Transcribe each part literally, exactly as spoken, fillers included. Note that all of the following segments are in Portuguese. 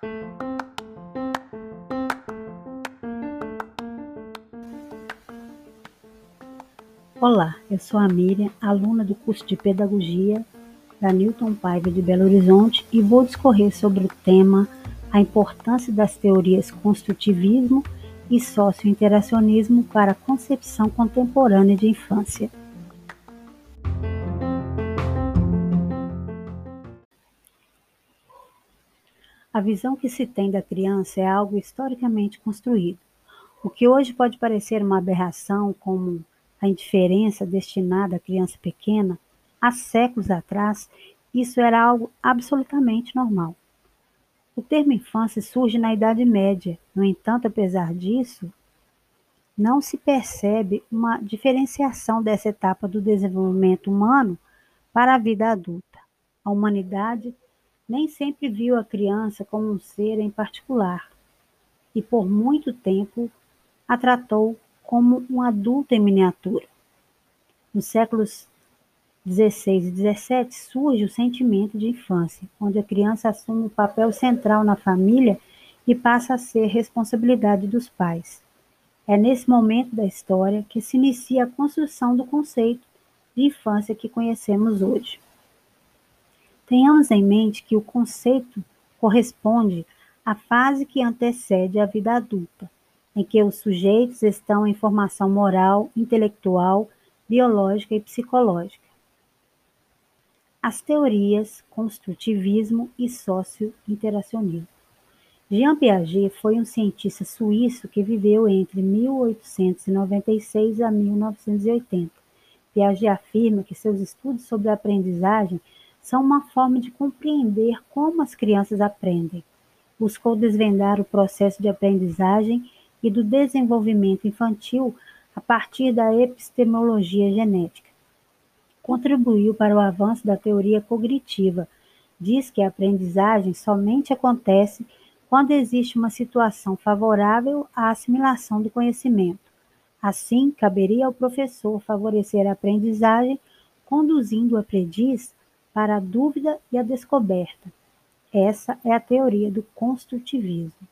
Olá, eu sou a Miriam, aluna do curso de Pedagogia da Newton Paiva de Belo Horizonte e vou discorrer sobre o tema a importância das teorias construtivismo e socio-interacionismo para a concepção contemporânea de infância. A visão que se tem da criança é algo historicamente construído. O que hoje pode parecer uma aberração, como a indiferença destinada à criança pequena, há séculos atrás, isso era algo absolutamente normal. O termo infância surge na Idade Média, no entanto, apesar disso, não se percebe uma diferenciação dessa etapa do desenvolvimento humano para a vida adulta. A humanidade nem sempre viu a criança como um ser em particular e, por muito tempo, a tratou como um adulto em miniatura. Nos séculos dezesseis e dezessete surge o sentimento de infância, onde a criança assume um papel central na família e passa a ser responsabilidade dos pais. É nesse momento da história que se inicia a construção do conceito de infância que conhecemos hoje. Tenhamos em mente que o conceito corresponde à fase que antecede a vida adulta, em que os sujeitos estão em formação moral, intelectual, biológica e psicológica. As teorias construtivismo e socio-interacionismo. Jean Piaget foi um cientista suíço que viveu entre mil oitocentos e noventa e seis a mil novecentos e oitenta. Piaget afirma que seus estudos sobre a aprendizagem são uma forma de compreender como as crianças aprendem. Buscou desvendar o processo de aprendizagem e do desenvolvimento infantil a partir da epistemologia genética. Contribuiu para o avanço da teoria cognitiva. Diz que a aprendizagem somente acontece quando existe uma situação favorável à assimilação do conhecimento. Assim, caberia ao professor favorecer a aprendizagem, conduzindo o aprendiz para a dúvida e a descoberta. Essa é a teoria do construtivismo.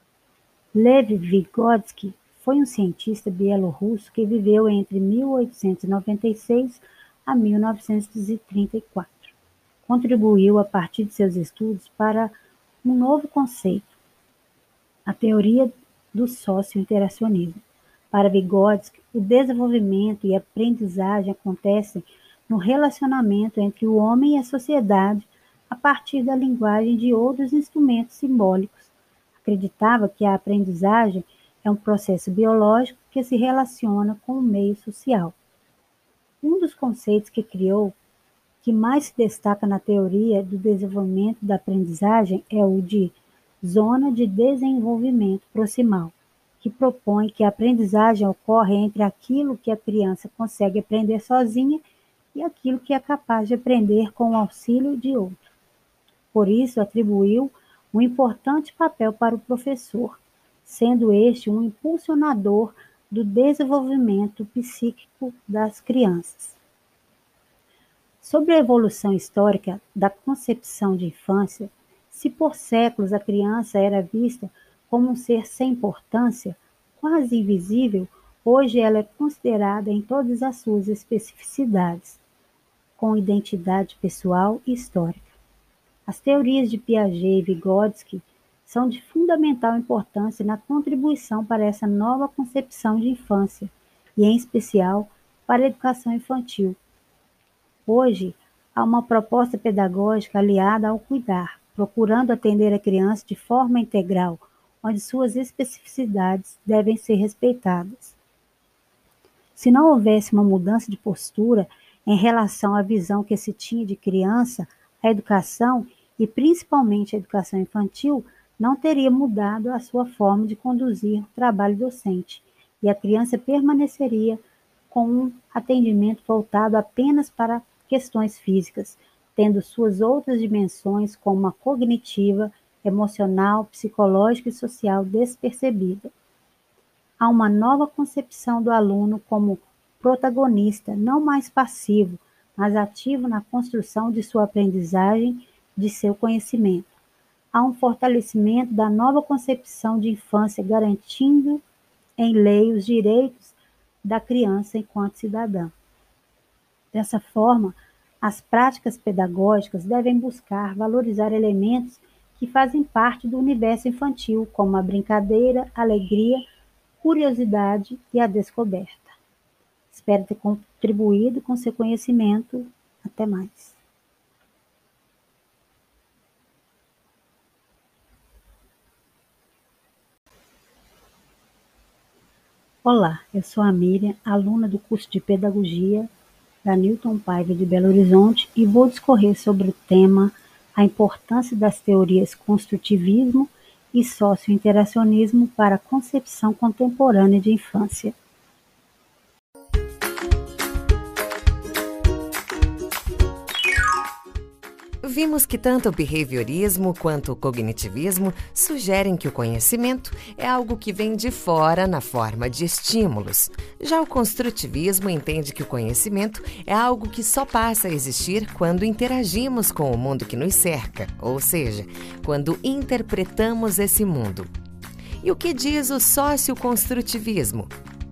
Lev Vygotsky foi um cientista bielorrusso que viveu entre mil oitocentos e noventa e seis a mil novecentos e trinta e quatro. Contribuiu a partir de seus estudos para um novo conceito, a teoria do socio-interacionismo. Para Vygotsky, o desenvolvimento e a aprendizagem acontecem no relacionamento entre o homem e a sociedade a partir da linguagem de outros instrumentos simbólicos. Acreditava que a aprendizagem é um processo biológico que se relaciona com o meio social. Um dos conceitos que criou, que mais se destaca na teoria do desenvolvimento da aprendizagem, é o de zona de desenvolvimento proximal, que propõe que a aprendizagem ocorre entre aquilo que a criança consegue aprender sozinha e aquilo que é capaz de aprender com o auxílio de outro. Por isso, atribuiu um importante papel para o professor, sendo este um impulsionador do desenvolvimento psíquico das crianças. Sobre a evolução histórica da concepção de infância, se por séculos a criança era vista como um ser sem importância, quase invisível, hoje ela é considerada em todas as suas especificidades, com identidade pessoal e histórica. As teorias de Piaget e Vygotsky são de fundamental importância na contribuição para essa nova concepção de infância, e em especial para a educação infantil. Hoje, há uma proposta pedagógica aliada ao cuidar, procurando atender a criança de forma integral, onde suas especificidades devem ser respeitadas. Se não houvesse uma mudança de postura em relação à visão que se tinha de criança, a educação, e principalmente a educação infantil, não teria mudado a sua forma de conduzir o trabalho docente, e a criança permaneceria com um atendimento voltado apenas para questões físicas, tendo suas outras dimensões como a cognitiva, emocional, psicológica e social despercebida. Há uma nova concepção do aluno como protagonista, não mais passivo, mas ativo na construção de sua aprendizagem, de seu conhecimento. há um fortalecimento da nova concepção de infância, garantindo em lei os direitos da criança enquanto cidadã. Dessa forma, as práticas pedagógicas devem buscar valorizar elementos que fazem parte do universo infantil, como a brincadeira, a alegria, curiosidade e a descoberta. Espero ter contribuído com seu conhecimento. Até mais. Olá, eu sou a Miriam, aluna do curso de Pedagogia da Newton Paiva de Belo Horizonte e vou discorrer sobre o tema a importância das teorias construtivismo e socio-interacionismo para a concepção contemporânea de infância. Vimos que tanto o behaviorismo quanto o cognitivismo sugerem que o conhecimento é algo que vem de fora na forma de estímulos. Já o construtivismo entende que o conhecimento é algo que só passa a existir quando interagimos com o mundo que nos cerca, ou seja, quando interpretamos esse mundo. E o que diz o socioconstrutivismo?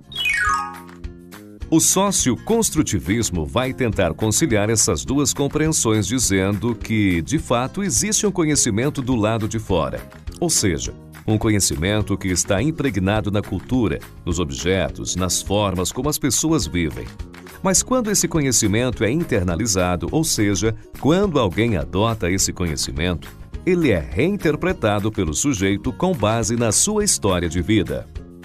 O socioconstrutivismo vai tentar conciliar essas duas compreensões, dizendo que, de fato, existe um conhecimento do lado de fora, ou seja, um conhecimento que está impregnado na cultura, nos objetos, nas formas como as pessoas vivem. Mas quando esse conhecimento é internalizado, ou seja, quando alguém adota esse conhecimento, ele é reinterpretado pelo sujeito com base na sua história de vida.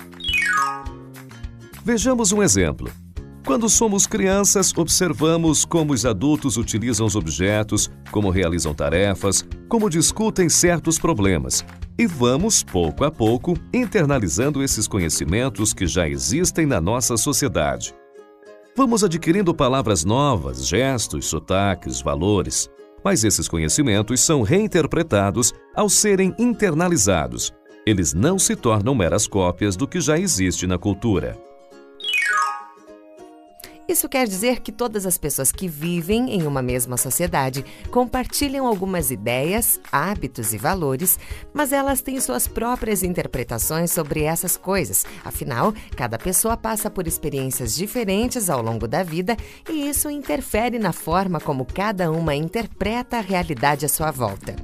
Vejamos um exemplo. Quando somos crianças, observamos como os adultos utilizam os objetos, como realizam tarefas, como discutem certos problemas. E vamos, pouco a pouco, internalizando esses conhecimentos que já existem na nossa sociedade. Vamos adquirindo palavras novas, gestos, sotaques, valores. Mas esses conhecimentos são reinterpretados ao serem internalizados. Eles não se tornam meras cópias do que já existe na cultura. Isso quer dizer que todas as pessoas que vivem em uma mesma sociedade compartilham algumas ideias, hábitos e valores, mas elas têm suas próprias interpretações sobre essas coisas. Afinal, cada pessoa passa por experiências diferentes ao longo da vida e isso interfere na forma como cada uma interpreta a realidade à sua volta.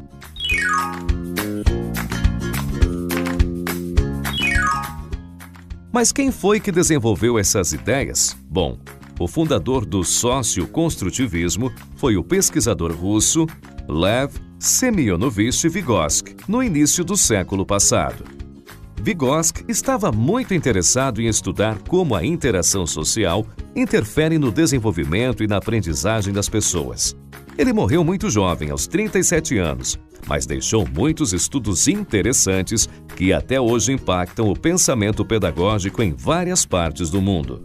Mas quem foi que desenvolveu essas ideias? Bom, o fundador do socioconstrutivismo foi o pesquisador russo Lev Semyonovich Vygotsky, no início do século passado. Vygotsky estava muito interessado em estudar como a interação social interfere no desenvolvimento e na aprendizagem das pessoas. Ele morreu muito jovem, aos trinta e sete anos, mas deixou muitos estudos interessantes que até hoje impactam o pensamento pedagógico em várias partes do mundo.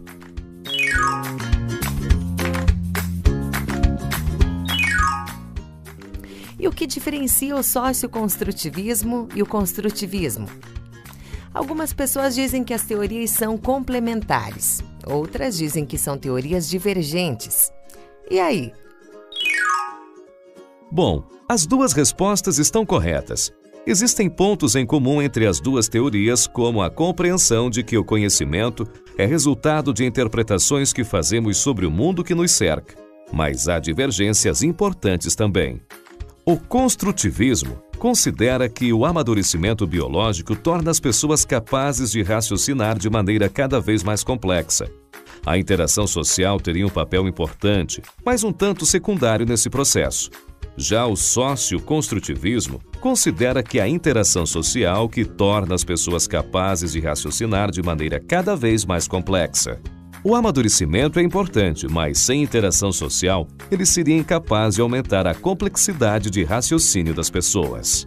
E o que diferencia o socioconstrutivismo e o construtivismo? Algumas pessoas dizem que as teorias são complementares, outras dizem que são teorias divergentes. E aí? Bom, as duas respostas estão corretas. Existem pontos em comum entre as duas teorias, como a compreensão de que o conhecimento é resultado de interpretações que fazemos sobre o mundo que nos cerca, mas há divergências importantes também. O construtivismo considera que o amadurecimento biológico torna as pessoas capazes de raciocinar de maneira cada vez mais complexa. A interação social teria um papel importante, mas um tanto secundário nesse processo. Já o socioconstrutivismo considera que a interação social que torna as pessoas capazes de raciocinar de maneira cada vez mais complexa. O amadurecimento é importante, mas sem interação social, ele seria incapaz de aumentar a complexidade de raciocínio das pessoas.